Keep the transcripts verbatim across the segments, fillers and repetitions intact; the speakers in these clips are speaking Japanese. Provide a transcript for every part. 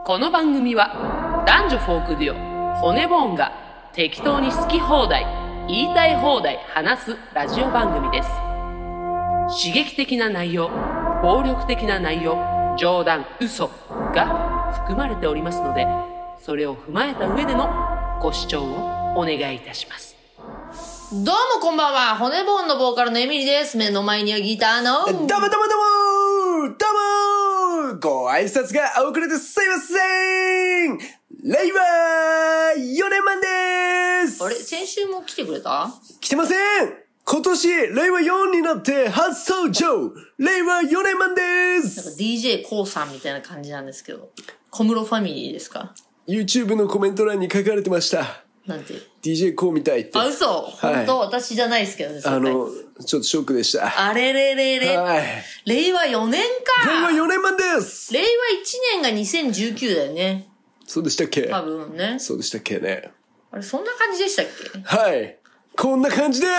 この番組は男女フォークデュオ骨ボーンが適当に好き放題言いたい放題話すラジオ番組です。刺激的な内容、暴力的な内容、冗談、嘘が含まれておりますので、それを踏まえた上でのご視聴をお願いいたします。 どうもこんばんは。骨ボーンのボーカルのエミリです。目の前にはギターのどうもどうもどうもどうもご挨拶が遅れてすいません。令和よねんマンです。 あれ先週も来てくれた？ 来てません。今年令和よんになって初登場、令和よねんマンです。 なんか ディージェー コウさんみたいな感じなんですけど、小室ファミリーですか？ YouTube のコメント欄に書かれてました。 なんてディージェー コウみたいって。 あ、嘘、はい、本当私じゃないですけどね。 あのちょっとショックでした。 あれれれれ、はい、令和よねんか。 令和よねんマンです。 令和いちねんがにせんじゅうきゅうだよね。 そうでしたっけ？ 多分ね。 そうでしたっけね。 あれそんな感じでしたっけ？ はい、こんな感じです。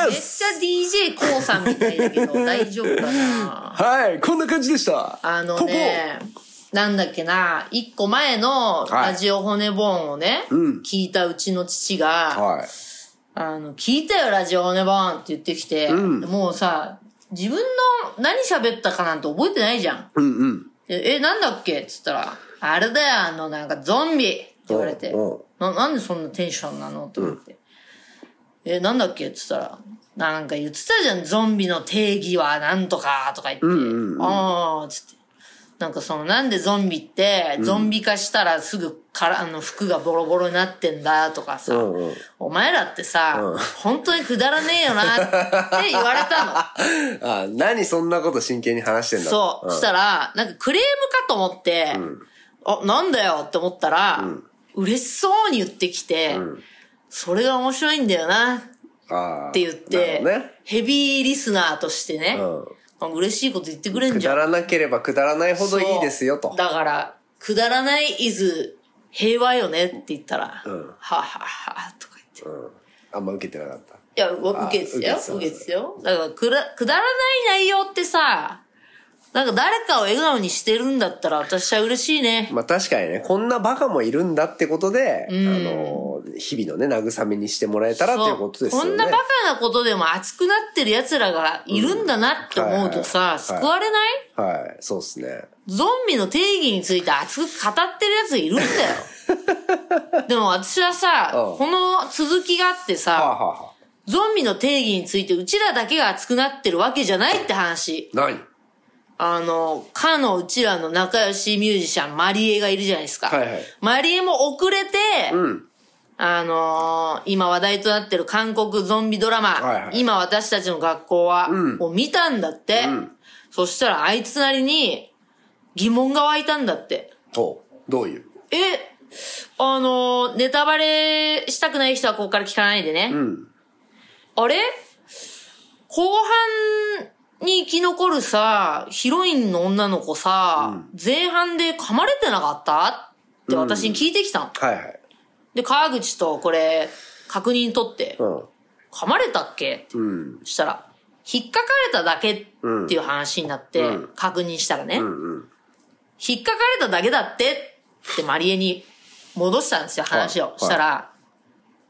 めっちゃ ディージェー コウさんみたいだけど大丈夫かな。 はい、こんな感じでした。 あのね、ポポなんだっけな、一個前のラジオ骨ボーンをね、はい、うん、聞いたうちの父が、はい、あの、聞いたよラジオ骨ボーンって言ってきて、うん、もうさ、自分の何喋ったかなんて覚えてないじゃん。うんうん、え、なんだっけって言ったら、あれだよ、あの、なんかゾンビって言われて、な, なんでそんなテンションなのって思って、うん、え、なんだっけって言ったら、なんか言ってたじゃん、ゾンビの定義はなんとかとか言って、うんうんうん、あーつって。なんかそのなんでゾンビってゾンビ化したらすぐからあの服がボロボロになってんだとかさ、うんうん、お前らってさ、うん、本当にくだらねえよなって言われたの。 あ、何そんなこと真剣に話してんだ。 そう、うん、したらなんかクレームかと思って、うん、あ、なんだよって思ったら、うん、嬉しそうに言ってきて、うん、それが面白いんだよなって言って、ね、ヘビーリスナーとしてね、うん嬉しいこと言ってくれんじゃん。 くだらなければくだらないほどいいですよと。 だから、くだらない is 平和よねって言ったら、うん、はははとか言って、うん。 あんま受けてなかった。いや、受けてたよ。受けてたよ。だからくだ、くだらない内容ってさ、なんか誰かを笑顔にしてるんだったら私は嬉しいね。 まあ確かにね、こんなバカもいるんだってことで、うん、あの、日々のね、慰めにしてもらえたらっていうことですよね。 こんなバカなことでも熱くなってる奴らがいるんだなって思うとさ、うんはいはい、救われない？ はい、はい、そうですね。 ゾンビの定義について熱く語ってる奴がいるんだよ。でも私はさ、うん、この続きがあってさ、はあはあ、ゾンビの定義についてうちらだけが熱くなってるわけじゃないって話。 何？ あの、かのうちらの仲良しミュージシャン、マリエがいるじゃないですか。はいはい。マリエも遅れて、うん、あのー、今話題となってる韓国ゾンビドラマ、はいはい、今私たちの学校は、うん、を見たんだって、うん。そしたらあいつなりに疑問が湧いたんだって。 お、どういう？ え、あのー、ネタバレしたくない人はここから聞かないでね。うん、あれ？後半、に生き残るさ、ヒロインの女の子さ、うん、前半で噛まれてなかったって私に聞いてきたの。うん、はいはい。で、川口とこれ、確認取って、うん、噛まれたっけって、うん、したら、引っかかれただけっていう話になって、うん、確認したらね、うんうん、引っかかれただけだってってマリエに戻したんですよ、話を。はい、したら、はい、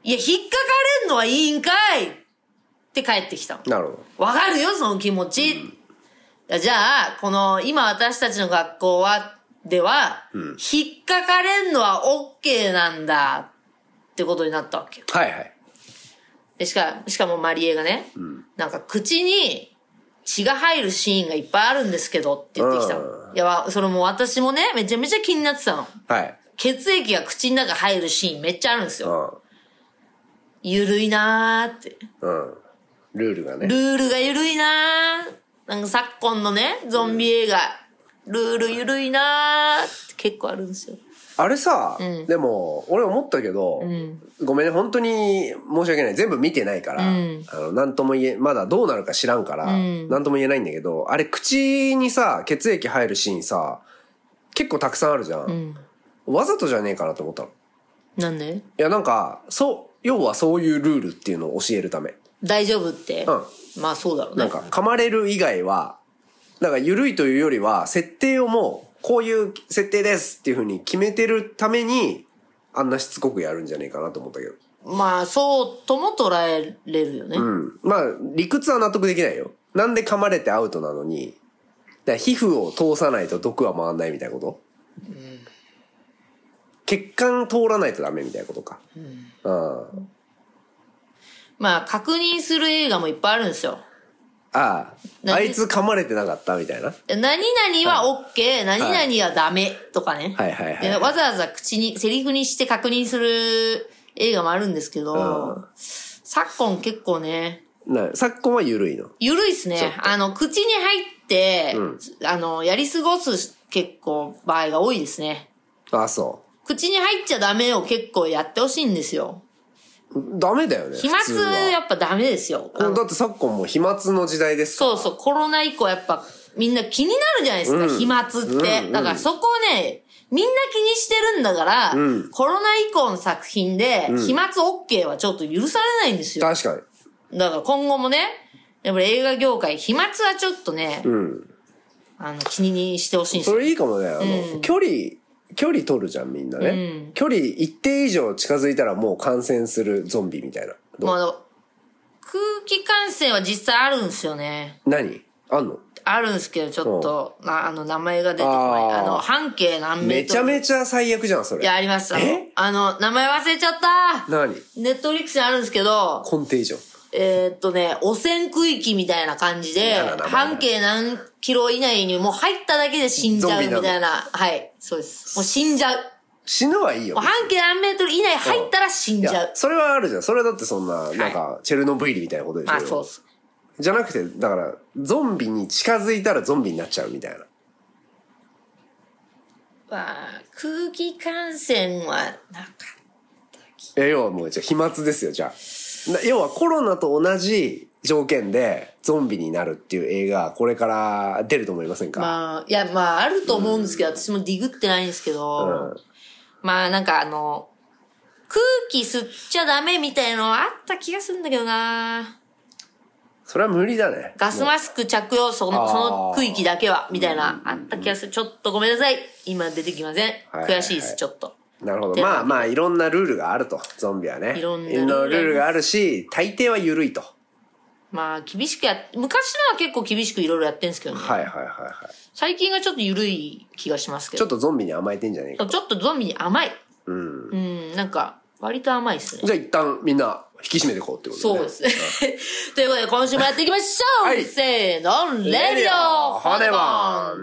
いや、引っかかれんのはいいんかいって帰ってきたの。 なるほど。わかるよ、その気持ち。うん、じゃあ、この、今私たちの学校は、では、うん、引っかかれんのは OK なんだってことになったわけよ。 はいはい。 で、しか、しかもマリエがね、うん、なんか口に血が入るシーンがいっぱいあるんですけどって言ってきたの。いや、それも私もね、めちゃめちゃ気になってたの。はい。血液が口の中入るシーンめっちゃあるんですよ。うん、ゆるいなーって。 うん。ルールがね。 ルールが緩いなー。なんか昨今のね、ゾンビ映画、うん、ルール緩いなーって結構あるんですよ。 あれさ、うん、でも、俺思ったけど、うん、ごめんね、本当に申し訳ない。全部見てないから、うん、あの、なんとも言え、まだどうなるか知らんから、うん、なんとも言えないんだけど、あれ口にさ、血液入るシーンさ、結構たくさんあるじゃん。うん、わざとじゃねえかなと思ったの。 なんで？ いや、なんか、そう、要はそういうルールっていうのを教えるため。 大丈夫って、うん、まあそうだろうね。 なんか噛まれる以外は、なんか緩いというよりは設定をもうこういう設定ですっていう風に決めてるために、あんなしつこくやるんじゃねえかなと思ったけど。 まあ、そうとも捉えれるよね。 うん。まあ、理屈は納得できないよ。なんで噛まれてアウトなのに、だから皮膚を通さないと毒は回んないみたいなこと、うん、血管通らないとダメみたいなことか。うん。あまあ、確認する映画もいっぱいあるんですよ。 ああ。あいつ噛まれてなかったみたいな。 何々は OK、はい、何々はダメとかね。 はいはいはい、はい。 わざわざ口に、セリフにして確認する映画もあるんですけど、うん、昨今結構ね。 な、昨今は緩いの？ 緩いっすね。あの、口に入って、うん、あの、やり過ごす結構場合が多いですね。 ああ、そう。 口に入っちゃダメを結構やってほしいんですよ。 ダメだよね。 飛沫やっぱダメですよ。 だって昨今も飛沫の時代ですから。 そうそう、コロナ以降やっぱみんな気になるじゃないですか、うん、飛沫って、うんうん。だからそこをね、みんな気にしてるんだから、うん、コロナ以降の作品で、飛沫 OK はちょっと許されないんですよ。 確かに。 だから今後もね、やっぱり映画業界、飛沫はちょっとね、うん、あの、気にしてほしいんですよ。 それいいかもね。あの、うん、距離、距離取るじゃんみんなね、うん、距離一定以上近づいたらもう感染するゾンビみたいな。 まあ、空気感染は実際あるんですよね。 何あんの？ あるんですけど、ちょっと、なあの、名前が出てこない。あの、半径何メートル。 めちゃめちゃ最悪じゃん、それ。 いや、あります。えあの、名前忘れちゃった。 何？ ネットフリックスにあるんですけど、 コンテージョン。 えー、っとね、汚染区域みたいな感じで、半径何キロ以内にもう入っただけで死んじゃうみたいな。はい、そうです。もう死んじゃう。 死ぬはいいよ。 半径何メートル以内入ったら死んじゃう。 うん、それはあるじゃん。それだってそんな、なんか、チェルノブイリみたいなことでしょ。 あ、そうっす。 じゃなくて、だから、ゾンビに近づいたらゾンビになっちゃうみたいな。 まあ、空気感染はなかったいや、要はもう、じゃあ飛沫ですよ、じゃあ。要はコロナと同じ条件でゾンビになるっていう映画、これから出ると思いませんか？ まあ、いや、まあ、あると思うんですけど、うん、私もディグってないんですけど、うん、まあ、なんかあの、空気吸っちゃダメみたいのはあった気がするんだけどな。 それは無理だね。 ガスマスク着用、その、その区域だけは、みたいな、あった気がする。ちょっとごめんなさい。今出てきません。はいはいはい、悔しいです、ちょっと。 なるほど。まあまあ、いろんなルールがあると。ゾンビはね。いろんなルールがあるし、大抵は緩いと。 まあ、厳しくやっ、昔のは結構厳しくいろいろやってんですけどね。 はいはいはいはい。 最近がちょっと緩い気がしますけど。 ちょっとゾンビに甘えてんじゃねえか。 ちょっとゾンビに甘い。 うん。 うん、なんか、割と甘いですね。 じゃあ一旦みんな引き締めていこうってことね。 そうです。ということで今週もやっていきましょう、はい、せーの、レディオ骨盤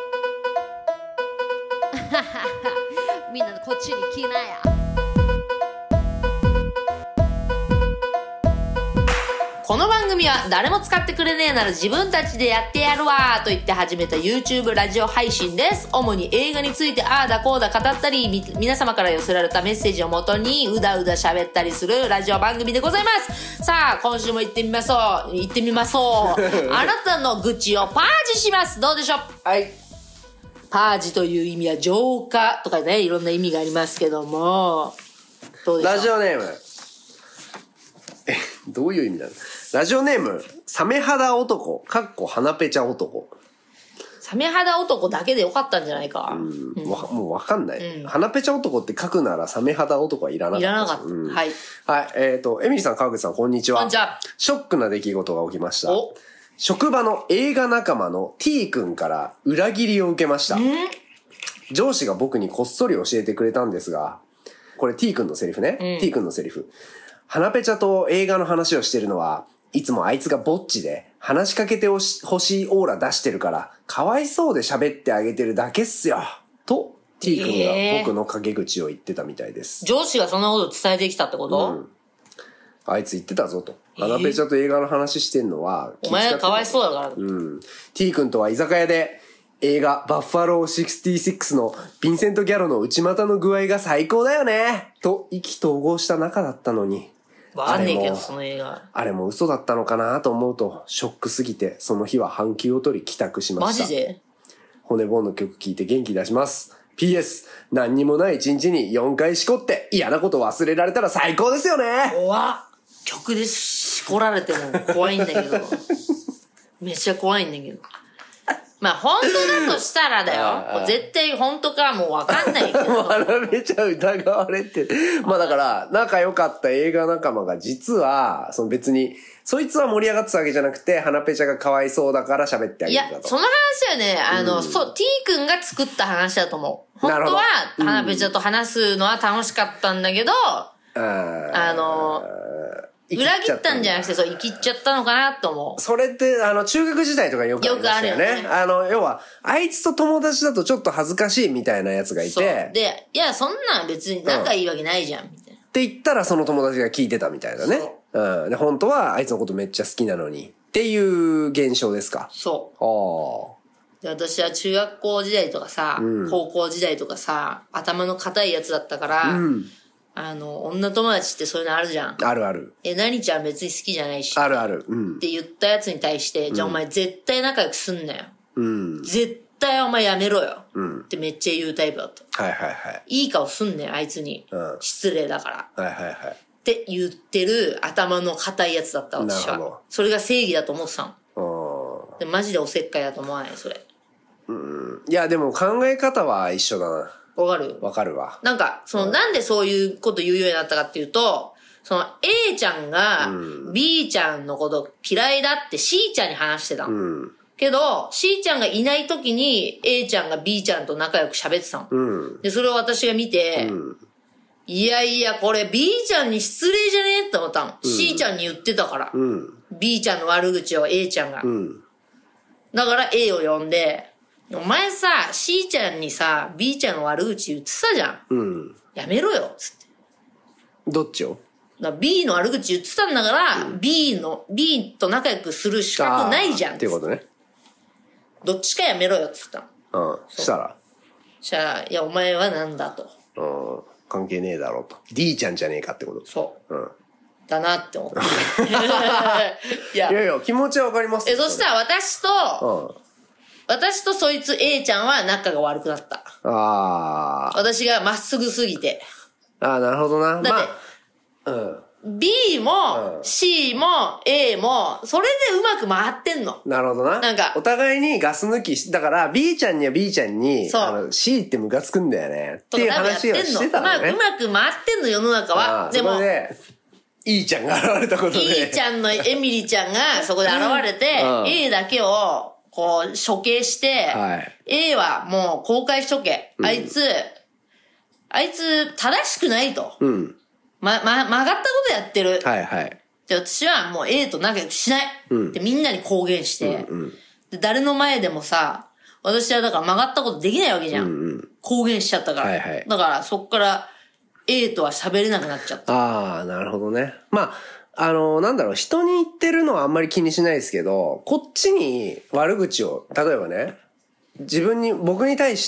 みんなこっちに来なや。この番組は誰も使ってくれねえなら自分たちでやってやるわと言って始めた YouTube ラジオ配信です。主に映画についてああだこうだ語ったり、皆様から寄せられたメッセージをもとにうだうだ喋ったりするラジオ番組でございます。さあ、今週も行ってみましょう。行ってみましょう。あなたの愚痴をパージします。どうでしょう？ はい。 パージという意味は浄化とかね、いろんな意味がありますけども、どうでしょう？ ラジオネーム。え、どういう意味なの？ラジオネーム、サメ肌男、かっこ花ペチャ男。 サメ肌男だけでよかったんじゃないか。 うん、うん、もう、もうわかんない、うん。花ペチャ男って書くならサメ肌男はいらなかった。 いらなかった。うん、はい。 はい、えっと、エミリさん、川口さん、こんにちは。 こんにちは。 ショックな出来事が起きました。お職場の映画仲間の T 君から裏切りを受けました。上司が僕にこっそり教えてくれたんですが、これ T 君のセリフね。うん、T 君のセリフ。花ペチャと映画の話をしてるのは、いつもあいつがぼっちで話しかけてほしいオーラ出してるから、かわいそうで喋ってあげてるだけっすよ。と、T 君が僕の陰口を言ってたみたいです。 上司がそんなこと伝えてきたってこと？うん。 あいつ言ってたぞと。花ペチャと映画の話してんのは、 お前がかわいそうだから。 うん。T 君とは居酒屋で、映画バッファローろくじゅうろくのヴィンセント・ギャロの内股の具合が最高だよねと意気投合した仲だったのに。 わかんねえけど、その映画。 あれも嘘だったのかなと思うと、ショックすぎて、その日は半休を取り帰宅しました。 マジで？ 骨ボーンの曲聴いて元気出します。ピーエス、何にもない一日によんかいしこって嫌なこと忘れられたら最高ですよね。 怖っ。曲でしこられても怖いんだけど。めっちゃ怖いんだけど。 まあ本当だとしたらだよ。絶対本当かはもうわかんないけど。 花ペチャ疑われて。まあだから、仲良かった映画仲間が実は、その別に、そいつは盛り上がってたわけじゃなくて、花ペチャがかわいそうだから喋ってあげるんだと。 いや、その話はね、あの、うん、そう、T 君が作った話だと思う。本当は、花ペチャと話すのは楽しかったんだけど、うん、あの、裏切ったんじゃなくて、そう、生きっちゃったのかなと思う。 それって、あの、中学時代とかよくありましたよね。よくあるよね。あの、要は、あいつと友達だとちょっと恥ずかしいみたいなやつがいて。そう。 で、いや、そんなん別に仲いいわけないじゃん、みたいな。 って言ったらその友達が聞いてたみたいなね。うん。で、本当はあいつのことめっちゃ好きなのに。っていう現象ですか。 そう。 ああ。 で、私は中学校時代とかさ、うん、高校時代とかさ、頭の固いやつだったから、うんあの、女友達ってそういうのあるじゃん。 あるある。 え、何ちゃん別に好きじゃないし。 あるある。 うん。って言ったやつに対して、うん、じゃあお前絶対仲良くすんなよ。 うん。 絶対お前やめろよ。 うん。 ってめっちゃ言うタイプだった。 はいはいはい。 いい顔すんねん、あいつに。 うん。 失礼だから。 はいはいはい。 って言ってる頭の固いやつだった私は。なるほど。それが正義だと思ってたの。うん。で、マジでおせっかいだと思わないそれ。 うん。いやでも考え方は一緒だな。 わかるわかるわ。 なんか、その、うん、なんでそういうこと言うようになったかっていうと、その A ちゃんが B ちゃんのこと嫌いだって C ちゃんに話してたの。うん、けど、C ちゃんがいない時に A ちゃんが B ちゃんと仲良く喋ってたの。うん、で、それを私が見て、うん、いやいや、これ B ちゃんに失礼じゃねえって思ったの。うん、C ちゃんに言ってたから、うん。B ちゃんの悪口を A ちゃんが。うん、だから A を呼んで、お前さ、C ちゃんにさ、B ちゃんの悪口言ってたじゃん。うん。やめろよ、つって。 どっちを？ だ B の悪口言ってたんだから、うん、B の、B と仲良くする資格ないじゃん。 っていうことね。 どっちかやめろよ、つった。 うん。したらしたら、いや、お前はなんだと。 うん。関係ねえだろうと。D ちゃんじゃねえかってこと。 そう。 うん。 だなって思って。 いやいやいや、気持ちはわかりますえ、そしたら私と、うん。私とそいつ A ちゃんは仲が悪くなった。 ああ。 私がまっすぐすぎて。 ああ、なるほどな。 だって、まあ、うん。B も C も A も、それでうまく回ってんの。 なるほどな。なんか、お互いにガス抜きし、だから B ちゃんには B ちゃんに、そうあの C ってムカつくんだよね。っていう話をしてたのね。 うまく回ってんの、世の中は。 でも、で E ちゃんが現れたことで。 E ちゃんのエミリちゃんがそこで現れて、うん、A だけを、こう、処刑して、はい、A はもう公開処刑。うん、あいつ、あいつ正しくないと。うん。ま、ま、曲がったことやってる。 はいはい。 で、私はもう A と仲良くしない。うん。で、みんなに公言して、うんうん、で、誰の前でもさ、私はだから曲がったことできないわけじゃん。うんうん、公言しちゃったから。はいはい。だからそっから A とは喋れなくなっちゃった。 ああ、なるほどね。まあ、あの、なんだろう、人に言ってるのはあんまり気にしないですけど、こっちに悪口を、例えばね、自分に、僕に対して、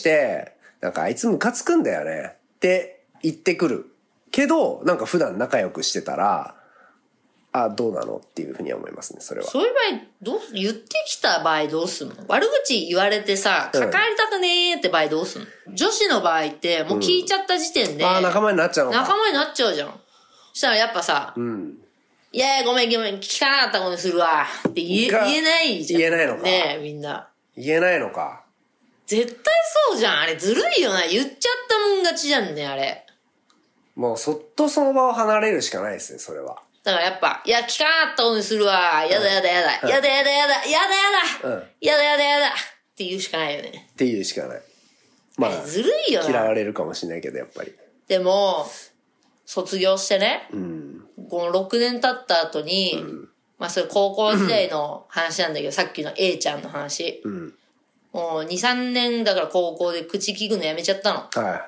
なんかあいつムカつくんだよねって言ってくる。けど、なんか普段仲良くしてたら、あ、どうなのっていうふうには思いますね、それは。 そういう場合、どうす、言ってきた場合どうすんの？悪口言われてさ、関わりたくねーって場合どうすんの？うん、女子の場合って、もう聞いちゃった時点で、うん、 あ、仲間になっちゃうのか。 仲間になっちゃうじゃん。そしたらやっぱさ、うん。いやいや、ごめんごめん、聞かなかったことにするわ。って言え、言えないじゃん。 言えないのか。 ねえ、みんな。 言えないのか。 絶対そうじゃん。あれずるいよな。言っちゃったもん勝ちじゃんね、あれ。 もうそっとその場を離れるしかないですね、それは。 だからやっぱ、いや、聞かなかったことにするわ。やだやだやだ。やだやだやだ。やだやだ。うん。やだやだやだ。って言うしかないよね。 って言うしかない。まあ、 ずるいよな。 嫌われるかもしれないけど、やっぱり。 でも、卒業してね。うん。このろくねん経った後に、うん、まあそれ高校時代の話なんだけど、さっきの A ちゃんの話。うん。もうに、さんねんだから高校で口聞くのやめちゃったの。はい。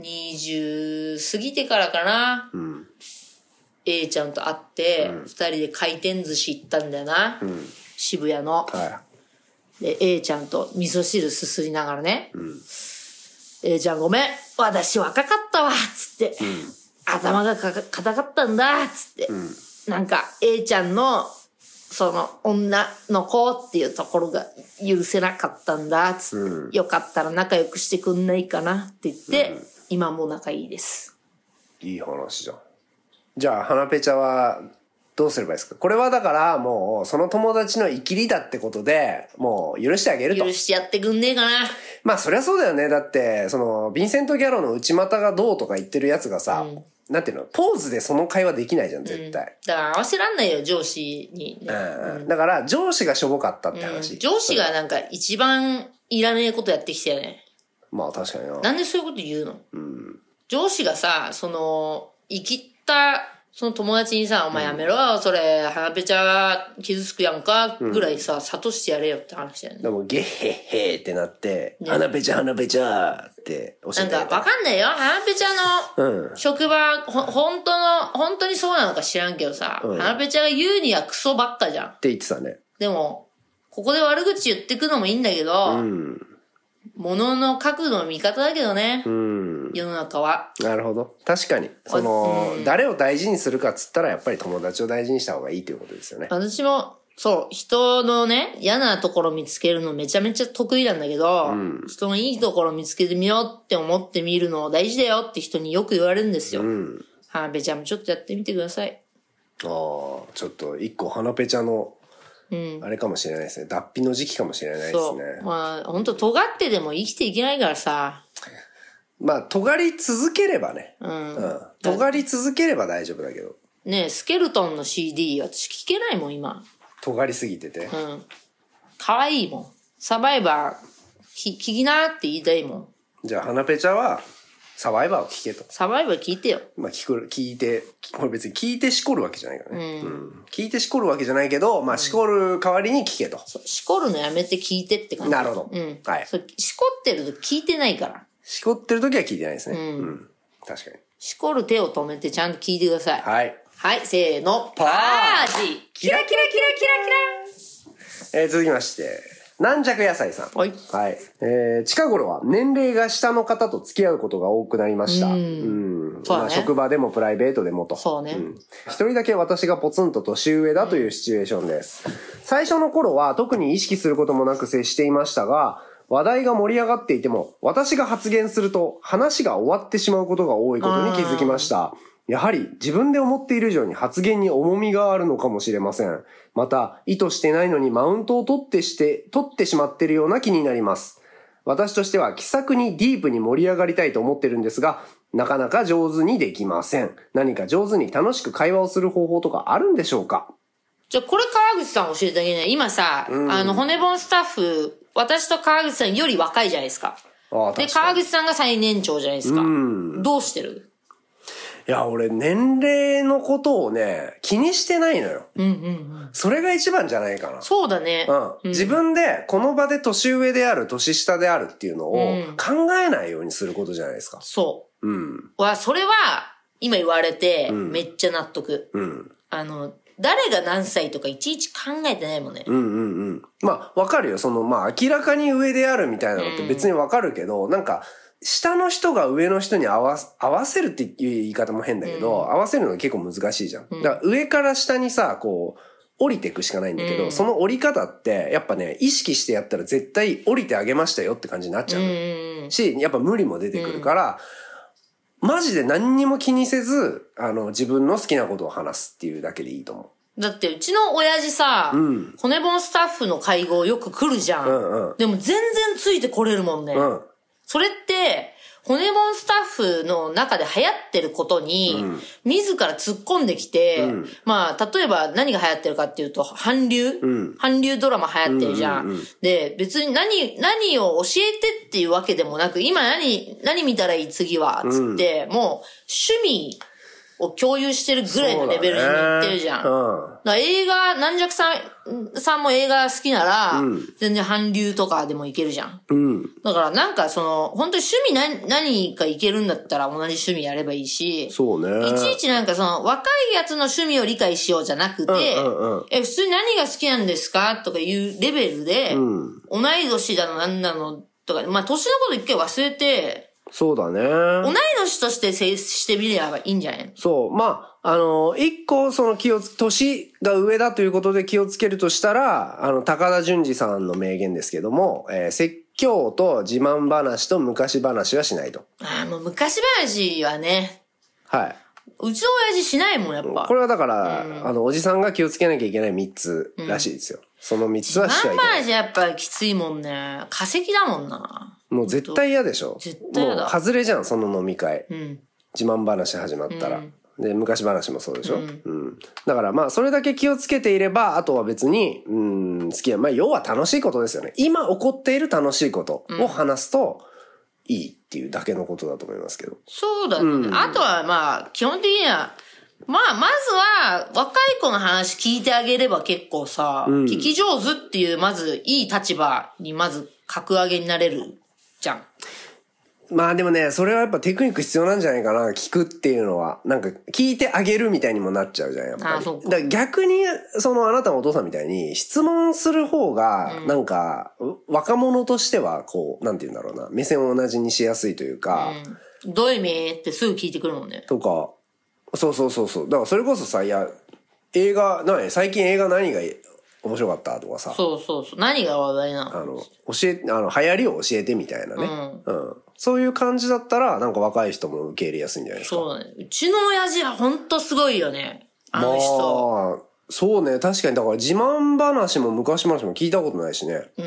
にじゅう過ぎてからかな。うん。A ちゃんと会って、うん、二人で回転寿司行ったんだよな。うん。渋谷の。はい。で、A ちゃんと味噌汁すすりながらね。うん。A ちゃんごめん。私若かったわ。つって。うん。頭がか硬かったんだ。つって。うん。なんか A ちゃんの、その女の子っていうところが許せなかったんだ。つって。うん、よかったら仲良くしてくんないかなって言って、うん、今も仲いいです。 いい話じゃん。じゃあ、花ペチャは、 どうすればいいですか？これはだからもうその友達のイキリだってことでもう許してあげると。 許してやってくんねえかな。 まあそりゃそうだよね。だってそのヴィンセント・ギャロの内股がどうとか言ってるやつがさ、うん、なんていうの、ポーズでその会話できないじゃん絶対、うん、 だから合わせらんないよ上司に、ね、 うんうん、だから上司がしょぼかったって話、 うん、上司がなんか一番いらねえことやってきたよね。 まあ確かにな。 なんでそういうこと言うの、 うん、 上司がさ、その生きったその友達にさ、お前やめろよ、うん、それ、花ペチャ傷つくやんか、ぐらいさ、諭してやれよって話だよね。 でも、ゲッヘッヘーってなって、ね、花ペチャ、花ペチャって教えて。 なんか、わかんないよ。花ペチャの職場、うん、ほ、本当の、本当にそうなのか知らんけどさ、うん、花ペチャが言うにはクソばっかじゃん。 って言ってたね。 でも、ここで悪口言ってくのもいいんだけど、うん、物の角度の見方だけどね。うん世の中は。 なるほど。確かに。その、うん、誰を大事にするかっつったらやっぱり友達を大事にした方がいいということですよね。 私も、そう、人のね、嫌なところ見つけるのめちゃめちゃ得意なんだけど、うん、人のいいところ見つけてみようって思ってみるの大事だよって人によく言われるんですよ。うん、花ペチャもちょっとやってみてください。 ああ、ちょっと一個花ペチャの、うん、あれかもしれないですね。脱皮の時期かもしれないですね。 そう。まあ、本当尖ってでも生きていけないからさ。 まあ、尖り続ければね。うん。うん。尖り続ければ大丈夫だけど。 ねえ、スケルトンの シーディー 私聞けないもん、今。 尖りすぎてて。 うん。可愛いもん。サバイバー、き、聞きなって言いたいもん。 じゃあ、花ペチャは、サバイバーを聞けと。 サバイバー聞いてよ。 まあ、聞く、聞いて、これ別に聞いてしこるわけじゃないからね。うん。うん、聞いてしこるわけじゃないけど、まあ、しこる代わりに聞けと。 そう、しこるのやめて聞いてって感じ。 なるほど。 うん。 はい。 そう、しこってると聞いてないから。 しこってる時は聞いてないですね。うん。うん、確かに。 しこる手を止めてちゃんと聞いてください。 はい。 はい、せーの。パージキラキラキラキラキラえー、続きまして、軟弱野菜さん。はい。はい。えー、近頃は年齢が下の方と付き合うことが多くなりました。うん。うんそうだね。まあ、職場でもプライベートでもと。 そうね。うん。 一人だけ私がポツンと年上だというシチュエーションです。最初の頃は特に意識することもなく接していましたが、話題が盛り上がっていても、私が発言すると話が終わってしまうことが多いことに気づきました。やはり自分で思っている以上に発言に重みがあるのかもしれません。また、意図してないのにマウントを取ってして、取ってしまっているような気になります。私としては気さくにディープに盛り上がりたいと思ってるんですが、なかなか上手にできません。何か上手に楽しく会話をする方法とかあるんでしょうか？ じゃあこれ川口さん教えてあげない。今さ、うん、あの、骨盆スタッフ、私と川口さんより若いじゃないですか。ああで、川口さんが最年長じゃないですか。うん、どうしてる？ いや、俺、年齢のことをね、気にしてないのよ。 うんうんうん。 それが一番じゃないかな。 そうだね。 うん。うん、自分で、この場で年上である、年下であるっていうのを考えないようにすることじゃないですか。 そう。うん。 わ、それは、今言われて、めっちゃ納得。うん。あの、誰が何歳とかいちいち考えてないもんね。 うんうんうん。まあ、わかるよ。その、まあ、明らかに上であるみたいなのって別にわかるけど、うん、なんか、下の人が上の人に合わ、合わせるっていう言い方も変だけど、うん、合わせるのが結構難しいじゃん。うん、だから上から下にさ、こう、降りていくしかないんだけど、うん、その降り方って、やっぱね、意識してやったら絶対降りてあげましたよって感じになっちゃう。うん、し、やっぱ無理も出てくるから、うん、マジで何にも気にせず、あの、自分の好きなことを話すっていうだけでいいと思う。 だってうちの親父さ、うん、骨盆スタッフの会合よく来るじゃん。うんうん、でも全然ついてこれるもんね。うん、それって、骨盆スタッフの中で流行ってることに、うん、自ら突っ込んできて、うん、まあ、例えば何が流行ってるかっていうと、韓流、うん、韓流ドラマ流行ってるじゃん。うんうんうん、で、別に何、何を教えてっていうわけでもなく、今何、何見たらいい次は、つって、うん、もう趣味を共有してるぐらいのレベルに行ってるじゃん。うん、だから映画、軟弱さん、さんも映画好きなら、うん、全然韓流とかでもいけるじゃん。うん、だからなんかその、本当に趣味何、何かいけるんだったら同じ趣味やればいいし、 そうね。 いちいちなんかその、若いやつの趣味を理解しようじゃなくて、うんうんうん、え、普通に何が好きなんですかとかいうレベルで、うん、同い年だの何なのとか、まあ年のこと一回忘れて、 そうだね。 同い年として接してみればいいんじゃない？ そう。まあ、あの、一個、その気をつ、年が上だということで気をつけるとしたら、あの、高田純次さんの名言ですけども、えー、説教と自慢話と昔話はしないと。 ああ、もう昔話はね。 はい。 うちの親父しないもん、やっぱ。 これはだから、うん、あの、おじさんが気をつけなきゃいけないみっつらしいですよ。うん、そのみっつはしちゃいけない。 自慢話やっぱきついもんね。化石だもんな。 もう絶対嫌でしょ。 絶対嫌だ。 もう外れじゃん、その飲み会。うん、自慢話始まったら。うんで、昔話もそうでしょ、うんうん、だからまあ、それだけ気をつけていれば、あとは別に、うん、好きや。まあ、要は楽しいことですよね。今起こっている楽しいことを話すと、いいっていうだけのことだと思いますけど。 そうだね。うん、あとはまあ、基本的には、まあ、まずは、若い子の話聞いてあげれば結構さ、うん、聞き上手っていう、まず、いい立場にまず、格上げになれるじゃん。 まあでもね、それはやっぱテクニック必要なんじゃないかな、聞くっていうのは。なんか、聞いてあげるみたいにもなっちゃうじゃん、やっぱり。あ、そうか。だから逆に、そのあなたのお父さんみたいに、質問する方が、なんか、うん、若者としては、こう、なんて言うんだろうな、目線を同じにしやすいというか。 うん、どういう意味ってすぐ聞いてくるもんね。 とか、そうそうそうそう。だからそれこそさ、いや、映画、何最近映画何が面白かったとかさ。 そうそうそう。何が話題なの？ あの、教え、あの、流行りを教えてみたいなね。うん。うん。そういう感じだったら、なんか若い人も受け入れやすいんじゃないですか。 そうだね。うちの親父はほんとすごいよね。あの人。 まあ、そうね。確かに、だから自慢話も昔話も聞いたことないしね。 うん。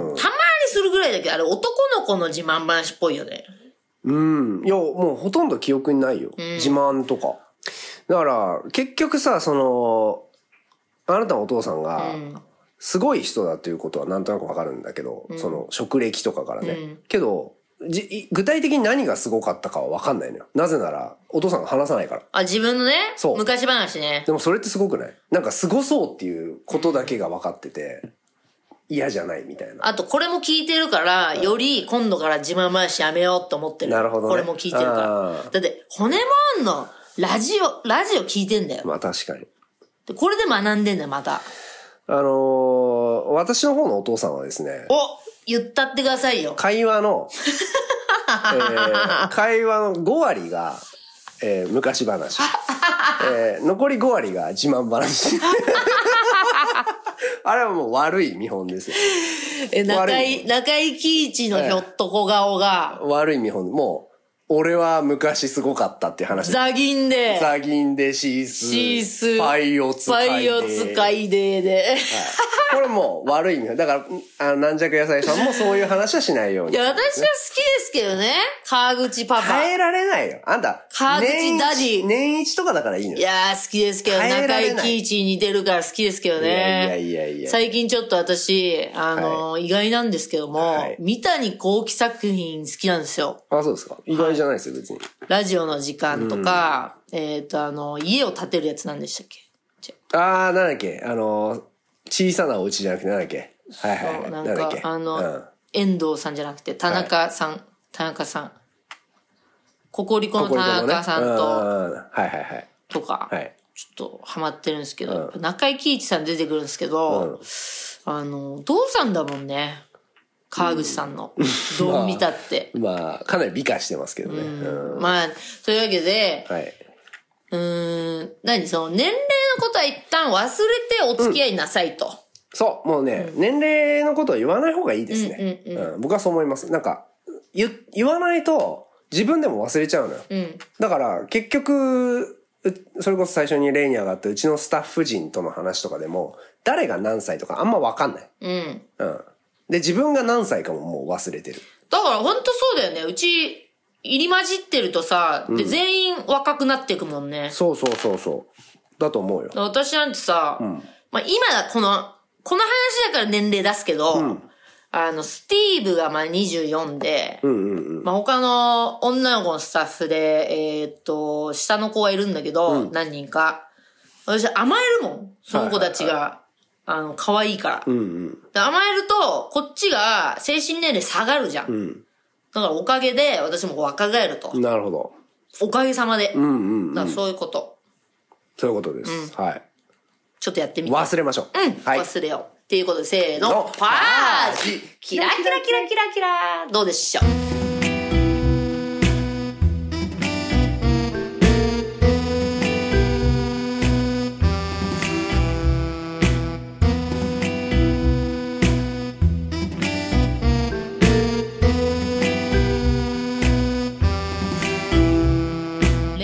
うん、たまにするぐらいだけど、あれ男の子の自慢話っぽいよね。 うん。いや、もうほとんど記憶にないよ。うん、自慢とか。だから、結局さ、その、あなたのお父さんが、すごい人だっていうことはなんとなくわかるんだけど、うん、その、職歴とかからね。うん、けど、じ、具体的に何がすごかったかはわかんないのよ。なぜなら、お父さんが話さないから。 あ、自分のね、そう。昔話ね。 でもそれってすごくない？なんかすごそうっていうことだけが分かってて、嫌じゃないみたいな。 あと、これも聞いてるから、より今度から自慢話やめようと思ってる。 なるほどね。 これも聞いてるから。だって、骨もんのラジオ、ラジオ聞いてんだよ。 まあ確かに。 で、これで学んでんだよ、また。 あのー、私の方のお父さんはですね。 お言ったってくださいよ。 会話の、えー、会話のご割が、えー、昔話。えー、残りご割が自慢話。あれはもう悪い見本ですよ。 え、中井、中井貴一のひょっとこ顔が。 えー、悪い見本。もう、俺は昔すごかったっていう話。 ザギンで。 ザギンでシース。 シース。 パイオ使いで。 パイオ使いでで。はい。 これもう悪い意味。だから、あの、軟弱野菜さんもそういう話はしないように。 いや、私は好きですけどね。川口パパ。 変えられないよ。あんた。 川口ダディ。 年一とかだからいいのよ。 いやー、好きですけど、中井貴一に似てるから好きですけどね。いやいやいや。 最近ちょっと私、あの、はい、意外なんですけども、はい、三谷幸喜作品好きなんですよ。 あ、そうですか。意外じゃないですよ、はい、別に。 ラジオの時間とか、うん、えっと、あの、家を建てるやつなんでしたっけ？ あー、なんだっけ、あの、小さなお家じゃなくてなんだっけ？はいはいはい。 なんか、あの、うん、遠藤さんじゃなくて、田中さん、はい、田中さん。ココリコの田中さんと、ね、 はいはいはい。 とか、 はい、 ちょっとハマってるんですけど、うん、中井貴一さん出てくるんですけど、うん、あの、お父さんだもんね。川口さんの。うん、どう見たって。 まあ、まあ、かなり美化してますけどね。 うんうん、まあ、というわけで、はい、うーん、何その、年齢のことは一旦忘れてお付き合いなさいと。うん、 そう、もうね、うん、年齢のことは言わない方がいいですね。うんうんうんうん、僕はそう思います。なんか、言、言わないと、自分でも忘れちゃうのよ。うん、だから、結局、それこそ最初に例に上がったうちのスタッフ陣との話とかでも、誰が何歳とかあんま分かんない。うん。うん。で、自分が何歳かももう忘れてる。 だから本当そうだよね。うち、入り混じってるとさ、で、うん、全員若くなっていくもんね。 そうそうそうそう。だと思うよ。 私なんてさ、うん、まあ今、この、この話だから年齢出すけど、うん、あの、スティーブがまあにじゅうよんで、うんうんうん、まあ他の女の子のスタッフで、えー、っと、下の子がいるんだけど、うん、何人か。私甘えるもん。その子たちが、はいはいはい、あの、可愛いから、うんうん。で。甘えると、こっちが精神年齢下がるじゃん。うん、だからおかげで、私も若返ると。 なるほど。 おかげさまで。 うんうんうん、 だからそういうこと。 そういうことです。うん、はい。 ちょっとやってみて。 忘れましょう。 うん。はい、忘れよう。っていうことで、せーの。パージキラキラキラキラキラどうでしょう。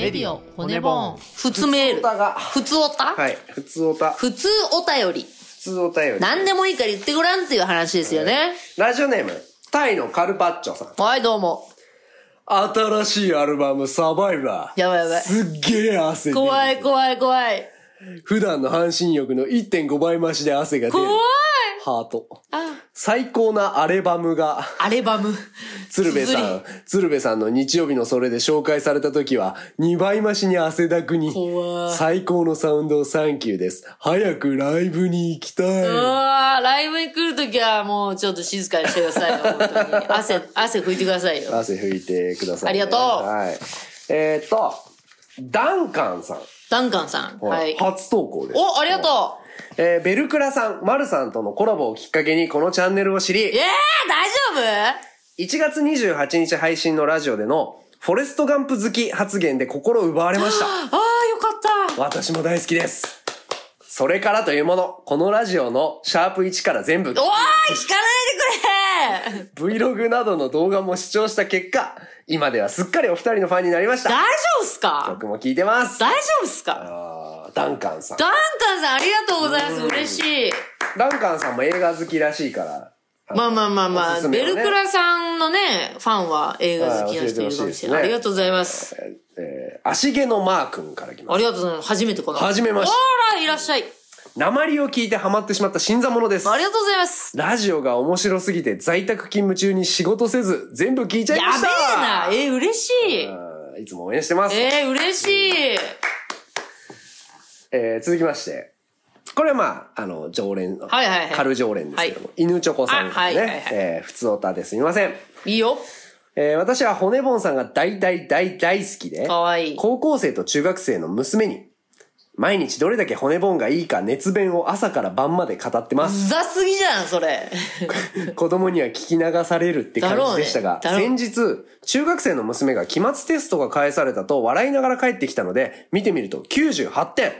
レディオ骨ボーン。普通メール。 普通おたが。 普通おたはい。普通おた。 普通お便り。 普通お便り。 何でもいいから言ってごらんっていう話ですよね。はい、 ラジオネーム、タイのカルパッチョさん。 はい、どうも。 新しいアルバムサバイバー。 やばいやばい。 すっげえ汗出る。 怖い怖い怖い。 普段の半身浴の いってんご 倍増しで汗が出る。 怖い。 ハート。 あ最高なアルバムが。 アルバム。 鶴瓶さん、鶴瓶さんの日曜日のそれで紹介された時は、にばい増しに汗だくに。 怖い。 最高のサウンドをサンキューです。早くライブに行きたい。 うわー、ライブに来るときはもうちょっと静かにしてくださいよ、本当に。汗、汗拭いてくださいよ。 汗拭いてください、 ね。ありがとう。 はい。えー、っと、ダンカンさん。 ダンカンさん。はい。 初投稿です。 お、ありがとう。 えー、ベルクラさん、マルさんとのコラボをきっかけにこのチャンネルを知り、えー、 大丈夫 ? いちがつにじゅうはちにち配信のラジオでのフォレストガンプ好き発言で心奪われました。ああ、よかった。 私も大好きです。それからというもの、このラジオのシャープいちから全部。おーい、 聞かないでくれ Vlog などの動画も視聴した結果、今ではすっかりお二人のファンになりました。 大丈夫っすか？ 曲も聴いてます。 大丈夫っすか？ あダンカンさん。 ダンカンさんありがとうございます。嬉しい。 ダンカンさんも映画好きらしいから。 まあまあまあまあ、ね、ベルクラさんのね、ファンは映画好きな人いるかもしれない。ありがとうございます。 えー、足毛のマー君から来ます。 ありがとうございます。初めてかな。 初めまして。 あら、いらっしゃい。 鉛を聞いてハマってしまった新参者です。 ありがとうございます。 ラジオが面白すぎて在宅勤務中に仕事せず全部聞いちゃいました。 やべえな。えー、嬉しい。 いつも応援してます。 えー、嬉しい。 えー、続きまして。これはまあ、あの、常連、 はいはいはい、 軽常連ですけども、はい、犬チョコさんですね。はいはいはい、えー、普通オタですみません。 いいよ。 えー、私は骨ボンさんが大大大大好きで、 かわいい。 高校生と中学生の娘に、毎日どれだけ骨ボンがいいか熱弁を朝から晩まで語ってます。 うざすぎじゃん、それ。 子供には聞き流されるって感じでしたが、ね、先日、中学生の娘が期末テストが返されたと笑いながら帰ってきたので、見てみるときゅうじゅうはってん。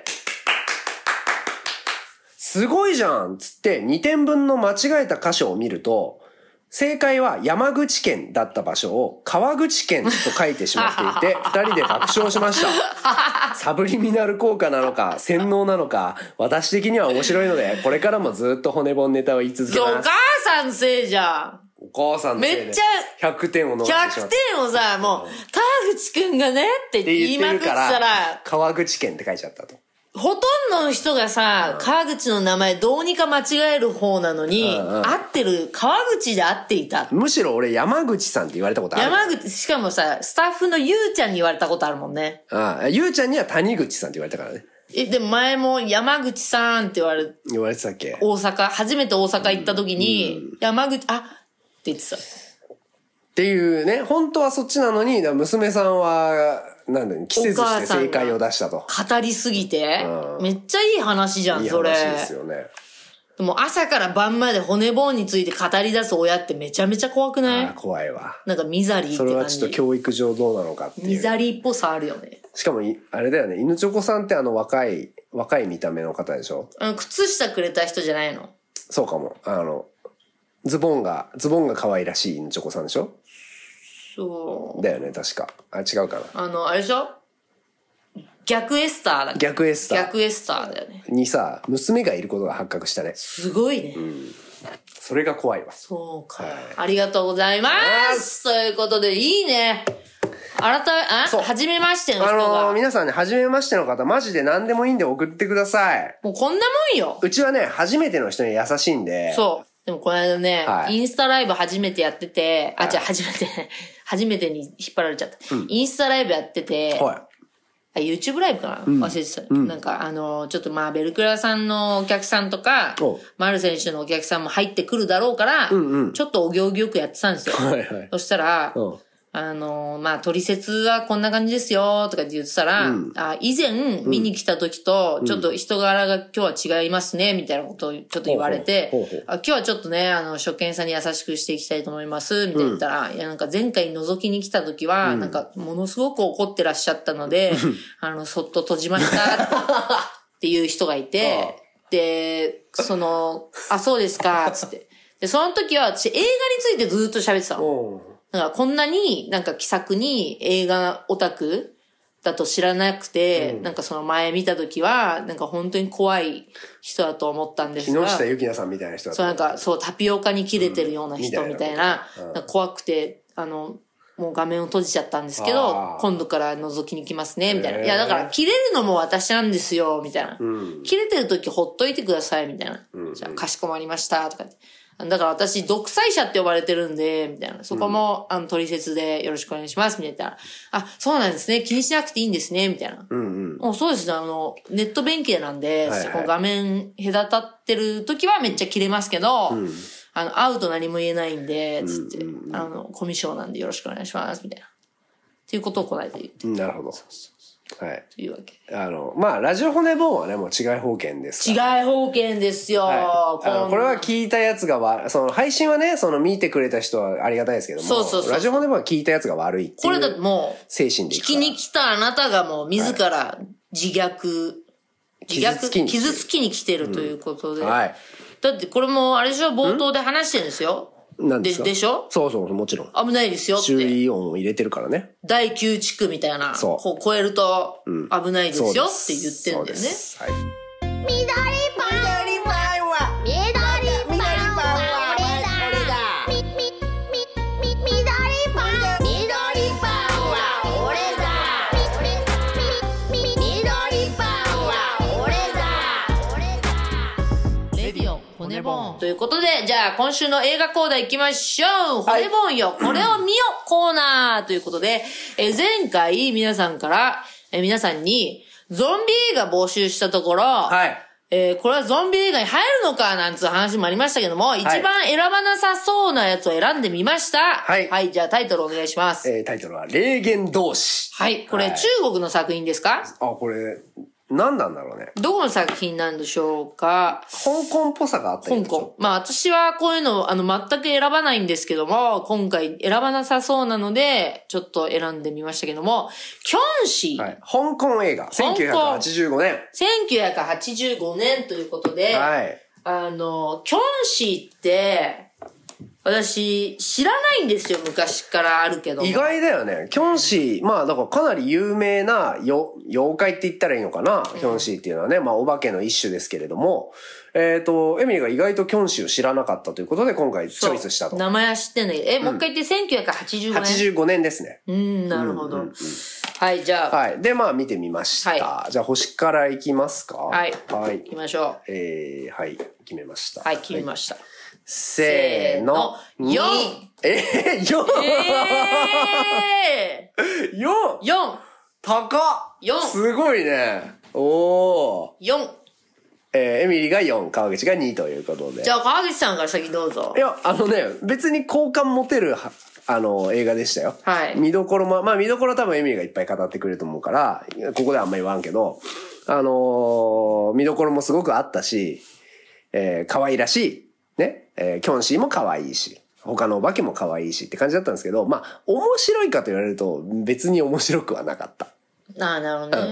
すごいじゃんつってにてんぶんの間違えた箇所を見ると、正解は山口県だった場所を川口県と書いてしまっていて、二人で爆笑しました。サブリミナル効果なのか、洗脳なのか、私的には面白いので、これからもずっと骨ボンネタを言い続けます。 お母さんのせいじゃん。 お母さんのせいで。 めっちゃ、 ひゃくてんを乗せてしまった。 ひゃくてんをさ、もう、川口くんがねって言いまくったら、 川口県って書いちゃったと。 ほとんどの人がさ、うん、川口の名前どうにか間違える方なのに、うんうん、合ってる、川口で合っていた。 むしろ俺山口さんって言われたことある。 山口、しかもさ、スタッフのゆうちゃんに言われたことあるもんね。 ああ、ゆうちゃんには谷口さんって言われたからね。 え、でも前も山口さんって言われ、 言われてたっけ？ 大阪、初めて大阪行った時に、うん、山口、あって言ってた。 っていうね、本当はそっちなのに、娘さんは、なんだよ、季節して正解を出したと。 語りすぎて、うん、めっちゃいい話じゃん、それ。いい話ですよね。でも朝から晩まで骨ボーンについて語り出す親ってめちゃめちゃ怖くない？ ああ、怖いわ。 なんかミザリーって感じ。 それはちょっと教育上どうなのかっていう。 ミザリーっぽさあるよね。 しかも、あれだよね、犬チョコさんってあの若い、若い見た目の方でしょ？ あの、靴下くれた人じゃないの？ そうかも。あの、ズボンが、ズボンが可愛らしい犬チョコさんでしょ？ そう。 だよね、確か。あ、違うかな。 あの、あれでしょ？逆エスターだっけ？ 逆エスター。 逆エスターだよね。 にさ、娘がいることが発覚したね。 すごいね。 うん。それが怖いわ。 そうか。はい、ありがとうございます。ということで、いいね。改め、あそう。はじめましての人が。 あのー、皆さんね、はじめましての方、マジで何でもいいんで送ってください。 もうこんなもんよ。 うちはね、初めての人に優しいんで。 そう。でもこの間ね、はい、インスタライブ初めてやってて、あ、 はい、 じゃあ初めて、初めてに引っ張られちゃった。うん、インスタライブやってて、はい、YouTube ライブかな、うん、忘れてた、うん。なんかあの、ちょっとまあ、ベルクラさんのお客さんとか、マル選手のお客さんも入ってくるだろうから、うんうん、ちょっとお行儀よくやってたんですよ。はいはい、そしたら、あの、まあ、取説はこんな感じですよ、とかって言ってたら、うん、あ以前見に来た時と、ちょっと人柄が今日は違いますね、みたいなことをちょっと言われて、ほうほうほうほうあ今日はちょっとね、あの、初見さんに優しくしていきたいと思います、みたいな言ったら、うん、いや、なんか前回覗きに来た時は、うん、なんかものすごく怒ってらっしゃったので、あの、そっと閉じました、っていう人がいて、で、その、あ、そうですか、つって。で、その時は私映画についてずっと喋ってたの。だからこんなになんか気さくに映画オタクだと知らなくて、うん、なんかその前見たときは、なんか本当に怖い人だと思ったんですが。 木下ゆきなさんみたいな人だった。 そうなんか、そう、タピオカに切れてるような人みたいな、うん、なんか怖くて、あの、もう画面を閉じちゃったんですけど、今度から覗きに来ますね、みたいな。いや、だから、切れるのも私なんですよ、みたいな。うん、切れてるときほっといてください、みたいな。うん、じゃあ、かしこまりました、とかって。だから私、独裁者って呼ばれてるんで、みたいな。そこも、うん、あの、取説でよろしくお願いします、みたいな。あ、そうなんですね。気にしなくていいんですね、みたいな。うんうん。もうそうですね。あの、ネット弁慶なんで、はいはい、そこ画面隔たってる時はめっちゃ切れますけど、うん、あの、会うと何も言えないんで、つって、うんうんうん、あの、コミュ障なんでよろしくお願いします、みたいな。っていうことをこの間言って。 なるほど。 そうそうはい。 というわけ。 あの、まあ、ラジオ骨ボーンはね、もう違い保険ですから。違い保険ですよ、 はい、あのこれは聞いたやつがわ、その配信はね、その見てくれた人はありがたいですけども。そうそうそう。ラジオ骨ボーンは聞いたやつが悪いっていう。 これだってもう、 精神でいく聞きに来たあなたがもう自ら自虐、はい、自虐、傷つきに来てるということで。うん、はい。だってこれもあれでしょ、冒頭で話してるんですよ。 なんですかで, でしょそうそう、もちろん。 危ないですよって。 注意音を入れてるからね。 だいきゅう地区みたいな。そう。こう超えると危ないですよって言ってんだよね。そうです。はい。緑パン。緑パンは。緑パンは。俺だ。み、み、み、み、緑パン。緑パンは俺だ。み、み、み、緑パンは俺だ。俺だ。レディオ骨ボーン。ということで、じゃあ今週の映画コーナー行きましょう。骨ボーンよ、これを見よコーナーということで、え前回皆さんから、え皆さんにゾンビ映画募集したところ、はい。えー、これはゾンビ映画に入るのかなんつう話もありましたけども、はい、一番選ばなさそうなやつを選んでみました。はい。はい、じゃあタイトルお願いします。 えー、タイトルは霊言同士。 はい。これ、はい、中国の作品ですか？ あ、これ、何なんだろうね。 どこの作品なんでしょうか？ 香港っぽさがあった香港。まあ私はこういうの、あの、全く選ばないんですけども、今回選ばなさそうなので、ちょっと選んでみましたけども、キョンシー。はい。 香港映画。せんきゅうひゃくはちじゅうごねん。 せんきゅうひゃくはちじゅうごねんということで、はい。あの、キョンシーって、私、知らないんですよ、昔からあるけど。 意外だよね。キョンシー、まあ、だからかなり有名なよ妖怪って言ったらいいのかな、うん、キョンシーっていうのはね、まあ、お化けの一種ですけれども、えっ、ー、と、エミリーが意外とキョンシーを知らなかったということで、今回チョイスしたと。 名前は知ってんだけど、え、うん、もう一回言ってせんきゅうひゃくはちじゅうごねん。 はちじゅうごねんですね。 うん、なるほど。うんうんうん、はい、じゃあ。 はい。で、まあ、見てみました。はい、じゃあ、星からいきますか？ はい。はい。行きましょう。 えー、はい。決めました。 はい、決めました。はい、 せーの、 よん! えー、よん! えー、 よん! よん! 高っ !よん! すごいね。おー。 よん! えー、エミリーがよん、川口がにということで。 じゃあ川口さんから先どうぞ。 いや、あのね、別に好感持てる、あの、映画でしたよ。はい。見どころも、まあ見どころ多分エミリーがいっぱい語ってくれると思うから、ここではあんまり言わんけど、あのー、見どころもすごくあったし、えー、可愛らしい。ね、えー、キョンシーも可愛いし、他のお化けも可愛いしって感じだったんですけど、まあ、面白いかと言われると別に面白くはなかった。 ああ、なるほどね、うん。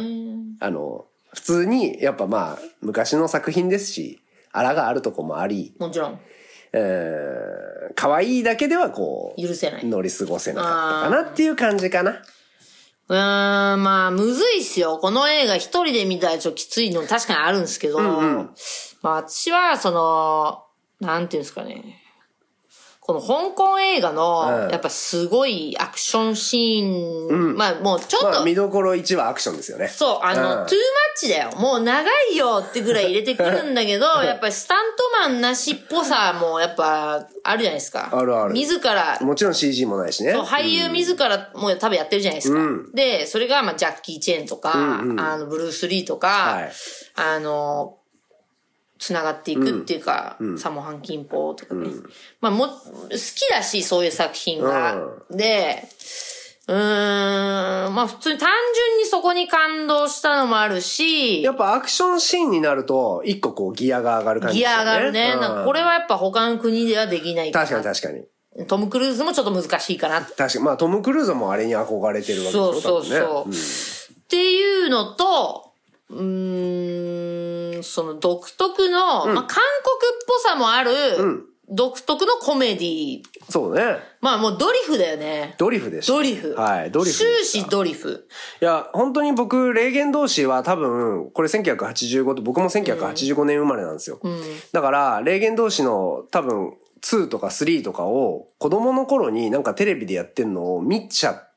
あの、普通に、やっぱまあ、昔の作品ですし、あらがあるとこもあり。 もちろん。 えー、可愛いだけではこう、 許せない。 乗り過ごせなかったかなっていう感じかな。 うーん、まあ、むずいっすよ。この映画一人で見たらちょっときついの確かにあるんですけど、うんうん、まあ私は、その、なんていうんですかね。この香港映画の、やっぱすごいアクションシーン、うん、まあもうちょっと。まあ見どころいちはアクションですよね。 そう、あの、うん、トゥーマッチだよ。もう長いよってぐらい入れてくるんだけど、やっぱりスタントマンなしっぽさもやっぱあるじゃないですか。 あるある。 自ら。 もちろん シージー もないしね。 そう、俳優自らもう多分やってるじゃないですか。うん、で、それがまあジャッキー・チェーンとか、うんうん、あの、ブルース・リーとか、はい、あの、繋がっていくっていうか、うん、サモハンキンポとかね。うん、まあも、好きだし、そういう作品が。うん、で、うーん、まあ普通に単純にそこに感動したのもあるし、 やっぱアクションシーンになると、一個こうギアが上がる感じですね。 ギア上がるね。うん、なんかこれはやっぱ他の国ではできないかな。確かに確かに。 トム・クルーズもちょっと難しいかな。 確かに。まあトム・クルーズもあれに憧れてるわけですよね。そうそうそう。うん、っていうのと、うーん、その独特の、うん、まあ、韓国っぽさもある、うん、 独特のコメディ。 そうね。 まあもうドリフだよね。 ドリフでした。 ドリフ。 はい、ドリフ。 終始ドリフ。 いや、本当に僕、霊言同士は多分、これせんきゅうひゃくはちじゅうごと、僕もせんきゅうひゃくはちじゅうごねん生まれなんですよ。うん、だから、霊言同士の多分、にとかさんとかを子供の頃になんかテレビでやってんのを見ちゃって、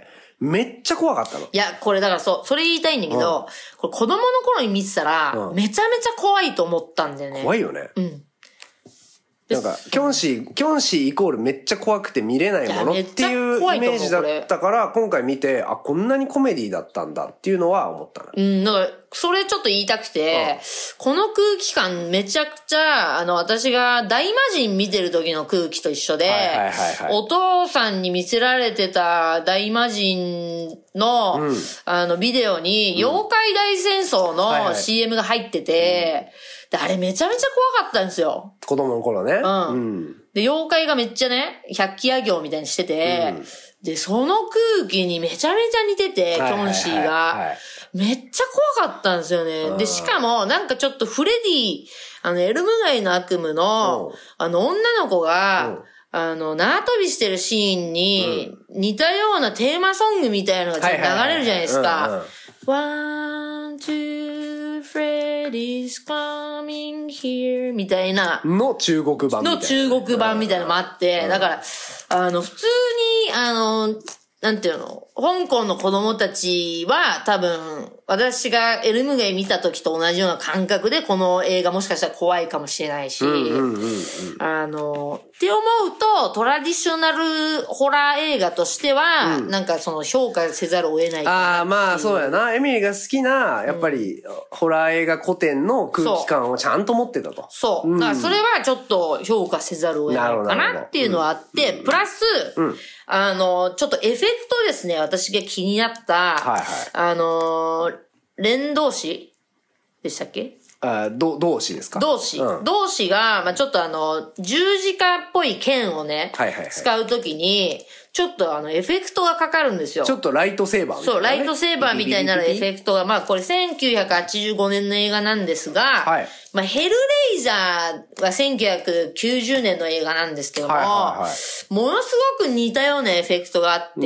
めっちゃ怖かったの。 いや、これだからそう、それ言いたいんだけど、うん、これ子供の頃に見てたら、うん、めちゃめちゃ怖いと思ったんだよね。 怖いよね。 うん。 なんか、キョンシー、キョンシーイコールめっちゃ怖くて見れないものっていうイメージだったから、今回見て、あ、こんなにコメディだったんだっていうのは思ったな。 うん、だから、それちょっと言いたくて、うん、この空気感めちゃくちゃ、あの、私が大魔神見てる時の空気と一緒で、はいはいはいはい、お父さんに見せられてた大魔神の、うん、あの、ビデオに、妖怪大戦争の シーエム が入ってて、で、あれめちゃめちゃ怖かったんですよ。 子供の頃ね。 うん。うん、で、妖怪がめっちゃね、百鬼夜行みたいにしてて、うん、で、その空気にめちゃめちゃ似てて、キョンシーが、はいはいはい。めっちゃ怖かったんですよね。で、しかも、なんかちょっとフレディ、あの、エルム街の悪夢の、あの、女の子が、あの、縄跳びしてるシーンに、似たようなテーマソングみたいなのがちょっと流れるじゃないですか。One, two, Freddy's coming here みたいな。 の中国版みたいな。 の中国版みたいなのもあって、だから、あの、普通に、あの、なんていうの、香港の子供たちは多分、私がエルム街見た時と同じような感覚でこの映画もしかしたら怖いかもしれないし、あの、って思うとトラディショナルホラー映画としては、うん、なんかその評価せざるを得ない。 ああ、まあそうやな。エミリーが好きな、やっぱり、うん、ホラー映画古典の空気感をちゃんと持ってたと。 そう。そう。だからそれはちょっと評価せざるを得ないかなっていうのはあって、うん、プラス、うんあの、ちょっとエフェクトですね、私が気になった、はいはい、あの、連動詞でしたっけ？ あ、ど、動詞ですか？ 動詞。うん、動詞が、まあちょっとあの、十字架っぽい剣をね、はいはいはい、使うときに、ちょっとあの、エフェクトがかかるんですよ。 ちょっとライトセーバーみたいな、ね。 そう、ライトセーバーみたいになるエフェクトが、まあこれせんきゅうひゃくはちじゅうごねんの映画なんですが、はい、まあヘルレイザーはせんきゅうひゃくきゅうじゅうねんの映画なんですけども、はいはいはい、ものすごく似たようなエフェクトがあって、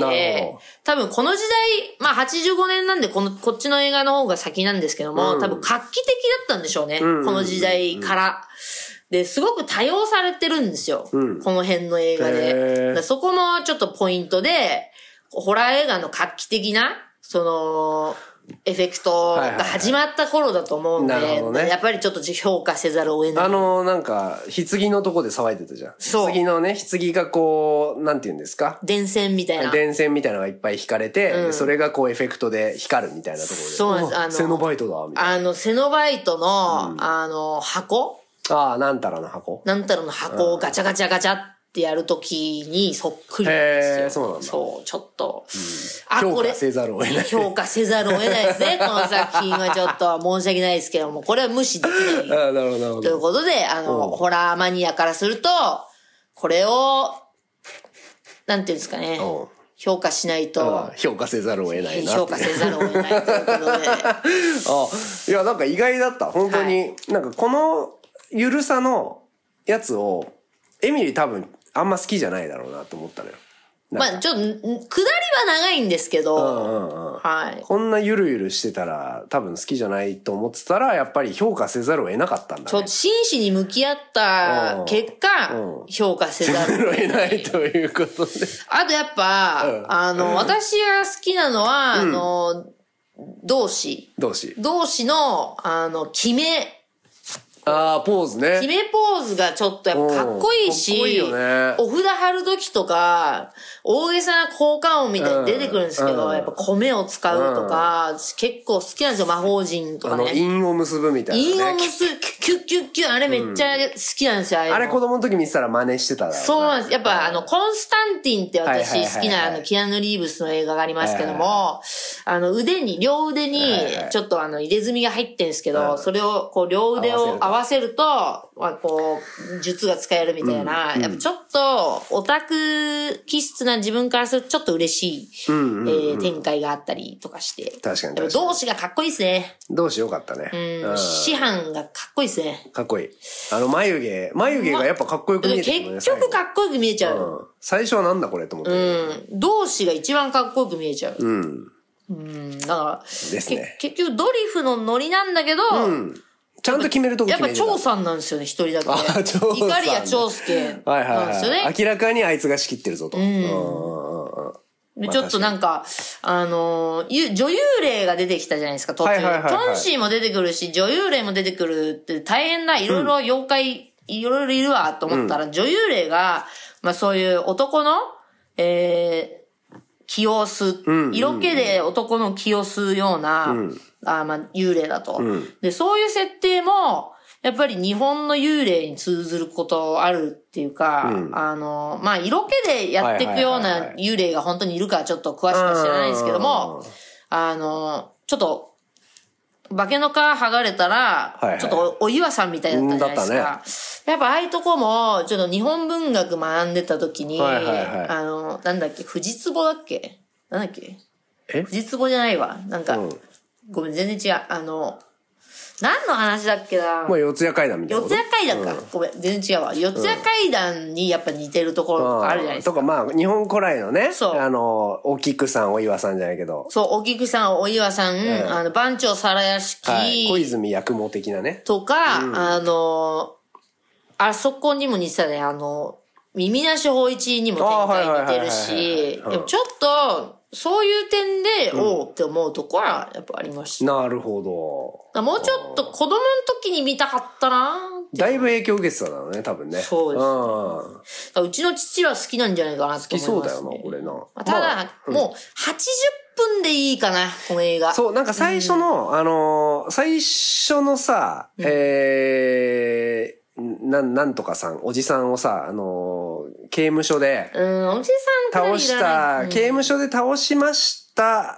多分この時代、まあはちじゅうごねんなんでこの、こっちの映画の方が先なんですけども、うん、多分画期的だったんでしょうね。うんうんうんうん、この時代から。で、すごく多用されてるんですよ。うん、この辺の映画で。そこもちょっとポイントで、ホラー映画の画期的な、その、エフェクトが始まった頃だと思うんで、はいはいはいね、やっぱりちょっと評価せざるを得ない。 あの、なんか、棺のとこで騒いでたじゃん。そう。棺のね、棺がこう、なんて言うんですか？ 電線みたいな。 電線みたいなのがいっぱい引かれて、うん、それがこうエフェクトで光るみたいなところで。 そうなんです。あの、 セノバイトだ、みたいな。 あの、セノバイトの、うん、あの、箱ああ、なんたらの箱なんたらの箱をガチャガチャガチャってやるときにそっくりなんですよ。 へー、そうなんだ。 そう、ちょっと。 うん、あ、これ。評価せざるを得ない。 評価せざるを得ないですね。この作品はちょっと申し訳ないですけども、これは無視できない。 ああ、なるほど、なるほど。 ということで、あの、ホラーマニアからすると、これを、なんていうんですかね。評価しないと。 評価せざるを得ないな。 評価せざるを得ないということで。あ、 いや、なんか意外だった。本当に。はい、なんかこの、ゆるさのやつを、エミリー多分あんま好きじゃないだろうなと思ったのよ。 まあちょっと、下りは長いんですけど、うんうんうん、はい。 こんなゆるゆるしてたら多分好きじゃないと思ってたら、やっぱり評価せざるを得なかったんだね。 ちょっと真摯に向き合った結果、うん、評価せざるを得ない。 ということで。 あとやっぱ、うん、あの、私が好きなのは、うん、あの、動詞。 動詞。 動詞の、あの、決め、 ああ、ポーズね。 決めポーズがちょっとやっぱかっこいいし、かっこいいよね。お札貼るときとか、大げさな効果音みたいに出てくるんですけど、うん、やっぱ米を使うとか、うん、結構好きなんですよ、魔法陣とかね。 あの、韻を結ぶみたいな、ね。 韻を結ぶ、キュッキュッキュッ、あれめっちゃ好きなんですよ、うん、あれ。あれ子供の時見てたら真似してたら。 そうなんです。やっぱあの、コンスタンティンって私好きなあの、キアヌ・リーブスの映画がありますけども、 あの腕に、両腕に、ちょっとあの入れ墨が入ってるんですけど、はいはい、それをこう両腕を合わせると、まあ、こう、術が使えるみたいな、うん、やっぱちょっとオタク気質な自分からするとちょっと嬉しい、うんうんうん、えー、展開があったりとかして。 確かに確かに。 同志がかっこいいですね。 同志よかったね。 うん。師範がかっこいいですね。 かっこいい。あの眉毛、眉毛がやっぱかっこよく見えてる、ね、 結局かっこよく見えちゃう。 うん、最初はなんだこれと思って。 うん。同志が一番かっこよく見えちゃう。 うん。 うん。だから、 ですね。 結局ドリフのノリなんだけど、うん。 ちゃんと決めるとこ決める。 やっぱ張さんなんですよね、一人だけ。 あ、張さん。 イカリア長介なんですよね。 はいはいはい。明らかにあいつが仕切ってるぞと。うん。 で、ちょっとなんか、あのー、女優霊が出てきたじゃないですか、途中。キョンシーも出てくるし、女優霊も出てくるって大変だ、いろいろ妖怪、いろいろいるわ、と思ったら、うん、女優霊が、まあそういう男の、えー、気を吸う、うんうん、色気で男の気を吸うような、うん、あまあ幽霊だと、うん。で、そういう設定も、やっぱり日本の幽霊に通ずることあるっていうか、うん、あの、まあ、色気でやっていくような幽霊が本当にいるかちょっと詳しくは知らないんですけども、あの、ちょっと、化けの皮剥がれたら、はいはい、ちょっとお岩さんみたいだったじゃないですか。ね、やっぱああいうとこも、ちょっと日本文学学んでた時に、はいはいはい、あの、なんだっけ、藤壺だっけなんだっけえ藤壺じゃないわ。なんか、うん、ごめん、全然違う。あの、何の話だっけな。 まあ、四谷階段みたいな。 四谷階段か、うん。ごめん、全然違うわ。四谷階段にやっぱ似てるところとかあるじゃないですか。 うん、とか、まあ、日本古来のね。そう。あの、お菊さん、お岩さんじゃないけど。 そう、お菊さん、お岩さん、うん、あの、番長皿屋敷、はい。 小泉八雲的なね。 とか、うん、あの、あそこにも似てたね、あの、耳なし法一にも展開似てるし、でもちょっと、そういう点で、うん、おうって思うとこは、やっぱありました。 なるほど。 もうちょっと子供の時に見たかったなだいぶ影響受けてただろうね、多分ね。 そうです、ね。うちの父は好きなんじゃないかなって思います、ね。 好きそうだよな、これな。まあ、ただ、まあ、もう、はちじゅっぷんでいいかな、この映画。 そう、なんか最初の、うん、あのー、最初のさ、うん、えー、な、なんとかさん、おじさんをさ、あのー、刑務所で、 うん、おじさん倒した、刑務所で倒しました、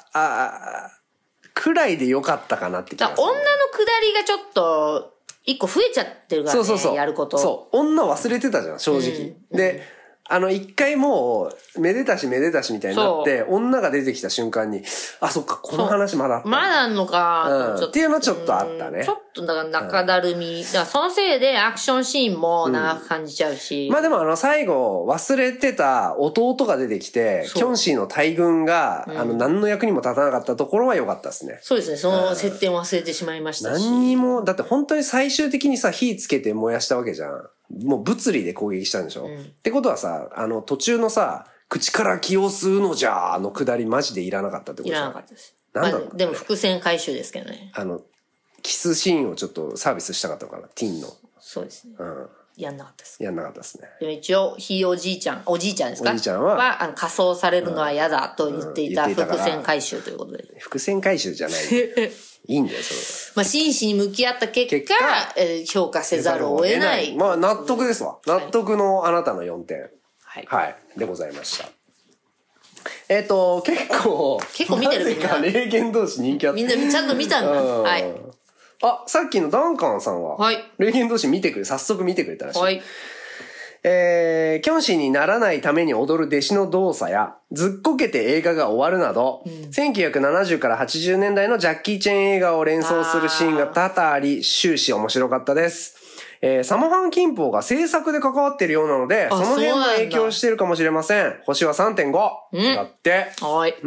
あくらいでよかったかなって気がする、ね。 女のくだりがちょっと、一個増えちゃってるからね、そうそうそうやること。 そう。女忘れてたじゃん、正直。うん、で、うんあの、一回もう、めでたしめでたしみたいになって、女が出てきた瞬間に、あ、そっか、この話まだあった。 まだあんのか、 うん、っていうのはちょっとあったね。 ちょっと、だから中だるみ。だからそのせいでアクションシーンも長く感じちゃうし。 うん、まあでもあの、最後、忘れてた弟が出てきて、キョンシーの大軍が、うん、あの、何の役にも立たなかったところは良かったですね。 そうですね、その設定も忘れてしまいましたし。 何にも、だって本当に最終的にさ、火つけて燃やしたわけじゃん。もう物理で攻撃したんでしょ、うん、ってことはさ、あの途中のさ、口から気を吸うのじゃーのくだりマジでいらなかったってこといらなかったです。 なんだろう、 まあ、でも伏線回収ですけどね。 あの、キスシーンをちょっとサービスしたかったのかな、ティーンの。 そうですね。うん。やんなかったです。 やんなかったですね。 でも一応、ひいおじいちゃん、おじいちゃんですかおじいちゃんは、 はあの仮装されるのは嫌だと言っていた伏線回収ということで。 うん、伏線回収じゃない。いいんだよ、それは。 まあ、真摯に向き合った結果、結果えー、評価せざるを得ない。 まあ、納得ですわ。納得のあなたのよんてん。 はい。 はい。でございました。えっ、ー、と、結構、 結構見てるみんな。 なぜか霊言同士人気あって。 みんなちゃんと見たんだ。はい。 あ、さっきのダンカンさんは、はい。霊言同士見てくれ、早速見てくれたらしい。はい。えー、キョンシーにならないために踊る弟子の動作や、ずっこけて映画が終わるなど、うん、せんきゅうひゃくななじゅうからはちじゅうねんだいのジャッキー・チェン映画を連想するシーンが多々あり、終始面白かったです。えー、サモハン・キンポーが制作で関わっているようなので、その辺も影響しているかもしれません。星は さんてんご。うん。だって。 はい。 うん。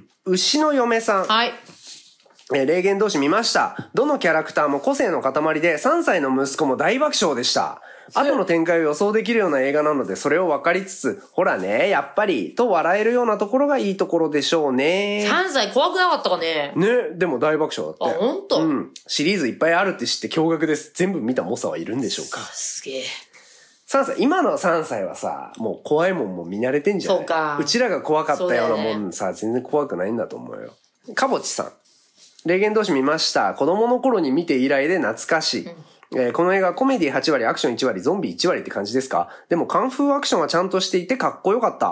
牛の嫁さん。 はい。 えー、霊言同士見ました。どのキャラクターも個性の塊で、さんさいの息子も大爆笑でした。後の展開を予想できるような映画なので、それを分かりつつ、ほらね、やっぱり、と笑えるようなところがいいところでしょうね。 さんさい怖くなかったかねね、でも大爆笑だって。 あ、ほんと？ うん。シリーズいっぱいあるって知って驚愕です。全部見た猛者はいるんでしょうか。 すげえ。 さんさい、今のさんさいはさ、もう怖いもんも見慣れてんじゃない？ そうか。 うちらが怖かったようなもんさ、ね、全然怖くないんだと思うよ。かぼちさん。霊言同士見ました。子供の頃に見て以来で懐かしい。うんえー、この映画はコメディはちわり、アクションいちわり、ゾンビいちわりって感じですか？でもカンフーアクションはちゃんとしていてかっこよかった。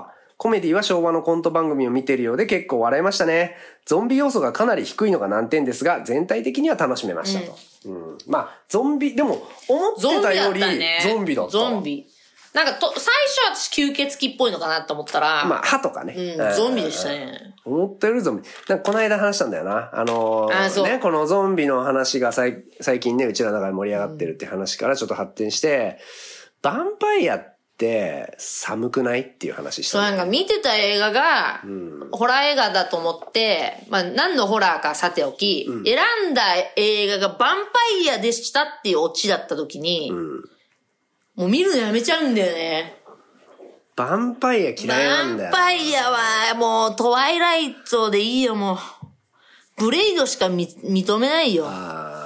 コメディは昭和のコント番組を見てるようで結構笑いましたね。ゾンビ要素がかなり低いのが難点ですが、全体的には楽しめましたと。うんうん、まあ、ゾンビ、でも、思ってたよりゾンビだった。 ゾンビ。なんかと、最初は吸血鬼っぽいのかなと思ったら。 まあ、歯とかね。 うん、ゾンビでしたね。 思ったよりゾンビ。なんかこの間話したんだよな。あのー、あそうね、このゾンビの話がさい最近ね、うちらの中で盛り上がってるって話からちょっと発展して、ヴァンパイアって寒くないっていう話したんだよ。 そう、なんか見てた映画が、うん、ホラー映画だと思って、まあ何のホラーかさておき、うん、選んだ映画がヴァンパイアでしたっていうオチだった時に、うんもう見るのやめちゃうんだよね。 ヴァンパイア嫌いなんだよ。 ヴァンパイアはもうトワイライトでいいよもう。ブレイドしかみ認めないよ。あうん、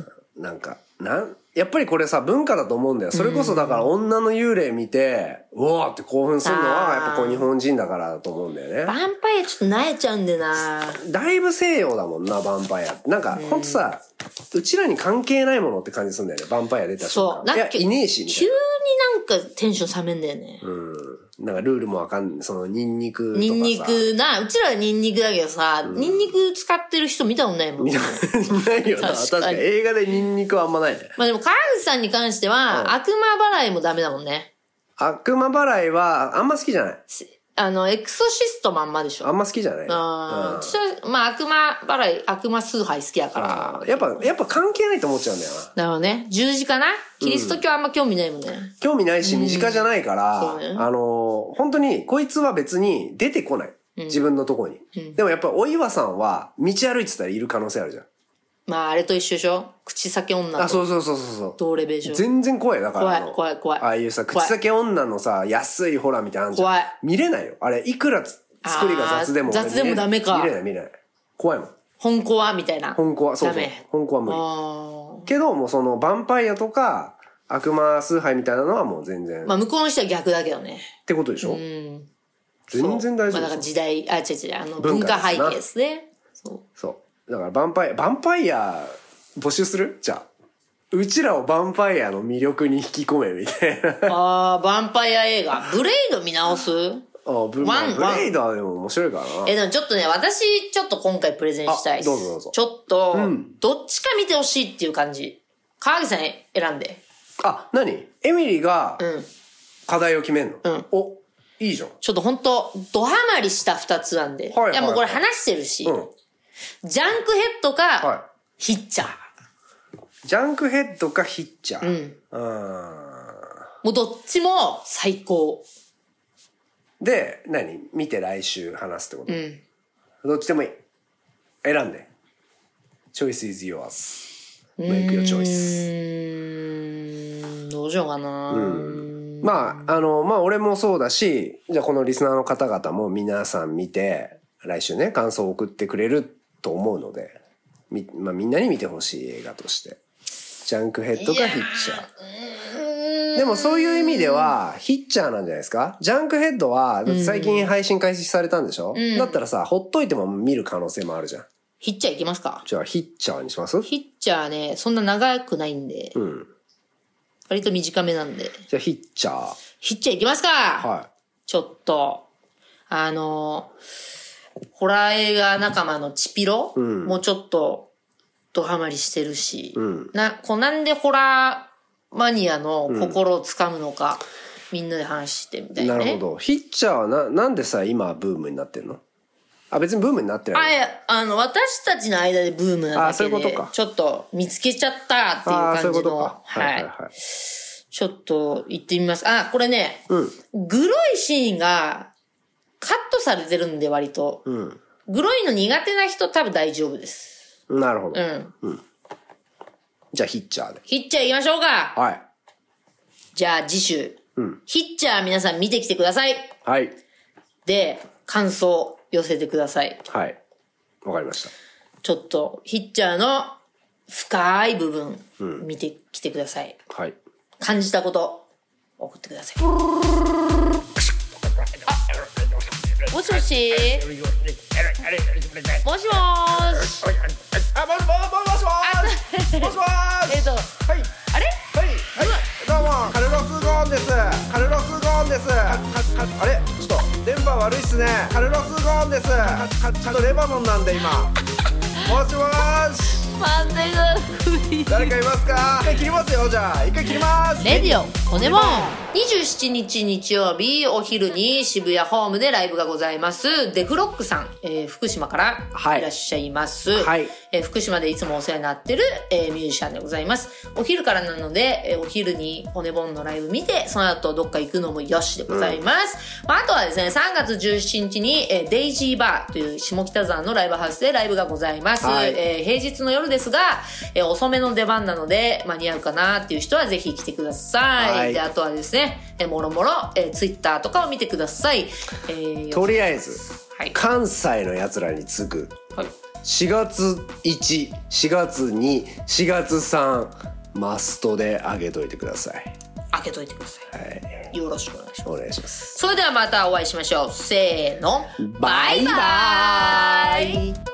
なんか、なん、やっぱりこれさ、文化だと思うんだよ。それこそだから女の幽霊見て、うわーって興奮するのは、やっぱこう日本人だからだと思うんだよね。 ヴァンパイアちょっと慣れちゃうんだよな。 だいぶ西洋だもんな、ヴァンパイア。なんか、ほんとさ、うちらに関係ないものって感じするんだよね。ヴァンパイア出た瞬間。そう。なんか、いや、いねえし、みたいな。 急になんかテンション冷めんだよね。 うん。なんかルールもわかんない。その、ニンニクとかさ。 ニンニクな、うちらはニンニクだけどさ、うん、ニンニク使ってる人見たことないもん。 見たことないよな。確かに。映画でニンニクはあんまないね。 まあでも、川口さんに関しては、うん、悪魔払いもダメだもんね。 悪魔払いは、あんま好きじゃない。 あの、エクソシストまんまでしょ。 あんま好きじゃない。 あ、うん、私は、まあ、悪魔払い、悪魔崇拝好きやから。 やっぱ、やっぱ関係ないと思っちゃうんだよな。 なるほどね。十字架なキリスト教あんま興味ないもんね。うん、 興味ないし、身近じゃないから、うんね、あの、本当に、こいつは別に出てこない。うん、自分のとこに。うん、でもやっぱ、お岩さんは、道歩いてたらいる可能性あるじゃん。 まあ、あれと一緒でしょ口先女と。 あ、そうそうそうそう。 同レベルでしょ。 全然怖い。だから。 怖い、怖い、怖い。 ああいうさ、口先女のさ、安いホラーみたいなのあんじゃん。怖い。見れないよ。あれ、いくら作りが雑でも。 雑でもダメか。 見れない、見れない。怖いもん。 本コアみたいな。 本コア、そうそう。本コア無理。けど、もうその、ヴァンパイアとか、悪魔崇拝みたいなのはもう全然。 まあ、向こうの人は逆だけどね。 ってことでしょうん。全然大丈夫。 まあ、だから時代、あ、違う違う、あの、文化背景ですね。 そう。そう。だから、ヴァンパイア、ヴァンパイア、募集するじゃあ。うちらをヴァンパイアの魅力に引き込めみたいな。 ああ、ヴァンパイア映画。ブレイド見直すああ、ブ, ワンブレイドはでも面白いからな。 え、でもちょっとね、私、ちょっと今回プレゼンしたいです。 どうぞどうぞ。 ちょっと、うん、どっちか見てほしいっていう感じ。川木さん選んで。 あ、何エミリーが、課題を決めんの、うん、お、いいじゃん。 ちょっとほんと、ドハマりした二つなんで。はいはいはい、いやもうこれ話してるし。うん、ジャンクヘッドか、はい、ヒッチャー。 ジャンクヘッドかヒッチャー。うん。 あもうどっちも最高。 で、何見て来週話すってこと、うん、どっちでもいい。選んで。Choice is yours. Make your choice. うーん。どうしようかな、うん、 まあ、あの、まあ俺もそうだし、じゃあこのリスナーの方々も皆さん見て、来週ね、感想を送ってくれると思うので、み、まあみんなに見てほしい映画として。ジャンクヘッドかヒッチャー。でもそういう意味では、ヒッチャーなんじゃないですか？ジャンクヘッドは、最近配信開始されたんでしょ、うん、だったらさ、ほっといても見る可能性もあるじゃん。 ヒッチャーいきますか？ じゃあヒッチャーにします？ ヒッチャーね、そんな長くないんで。うん。割と短めなんで。 じゃあヒッチャー。 ヒッチャーいきますか？はい。ちょっと、あの、ホラー映画仲間のチピロ、うん、もうちょっと、ドハマりしてるし、うん、な、こうなんでホラーマニアの心をつかむのか、うん、みんなで話してみたいな、ね。 なるほど。ヒッチャーはな、なんでさ、今ブームになってんの？あ、別にブームになってない。 あ、いや、あの、私たちの間でブームなだけで、あ、そういうことか。ちょっと見つけちゃったっていう感じの。そういうことか。はいはいはい。ちょっと言ってみます。あ、これね、うん、グロいシーンがカットされてるんで割と。うん、グロいの苦手な人多分大丈夫です。 なるほど。うん。うん。じゃあヒッチャーで。 ヒッチャー行きましょうか。 はい。 じゃあ次週。うん。ヒッチャー皆さん見てきてください。 はい。 で、感想寄せてください。 はい。わかりました。 ちょっと、ヒッチャーの深い部分、うん、見てきてください。はい。感じたこと、送ってください。もしもしもしもーし。 あ、もしもーし。もしもーし。もしもーし。 えっと、はい。あれ？ はい。はい。どうも、カルロスゴーンです。カルロスゴーンです。あれ？ちょっと電波すね。カルロス・ゴーンです。ちゃんとレバノンなんで今。もしもーし。 マンデが不意。 誰かいますか？一回切りますよ。じゃあ一回切ります。 レディオ骨もん。にじゅうしちにち日曜日お昼に渋谷ホームでライブがございます。デフロックさん、えー、福島からいらっしゃいます、はい、えー、福島でいつもお世話になってる、えー、ミュージシャンでございます。お昼からなので、えー、お昼に骨ボンのライブ見てその後どっか行くのもよしでございます、うん、まあ、あとはですねさんがつじゅうしちにちに、えー、デイジーバーという下北沢のライブハウスでライブがございます、はい、えー、平日の夜ですが、えー、遅めの出番なので間に合うかなっていう人はぜひ来てください、はい、であとはですね、えー、もろもろ、えー、ツイッターとかを見てください、えー、 とりあえず、はい、関西のやつらに次ぐ、はい、しがついち、しがつに、しがつさんマストで上げといてください。 上げといてください、はい、よろしくお願いします。 お願いします。 それではまたお会いしましょう。せーの、バイバイ。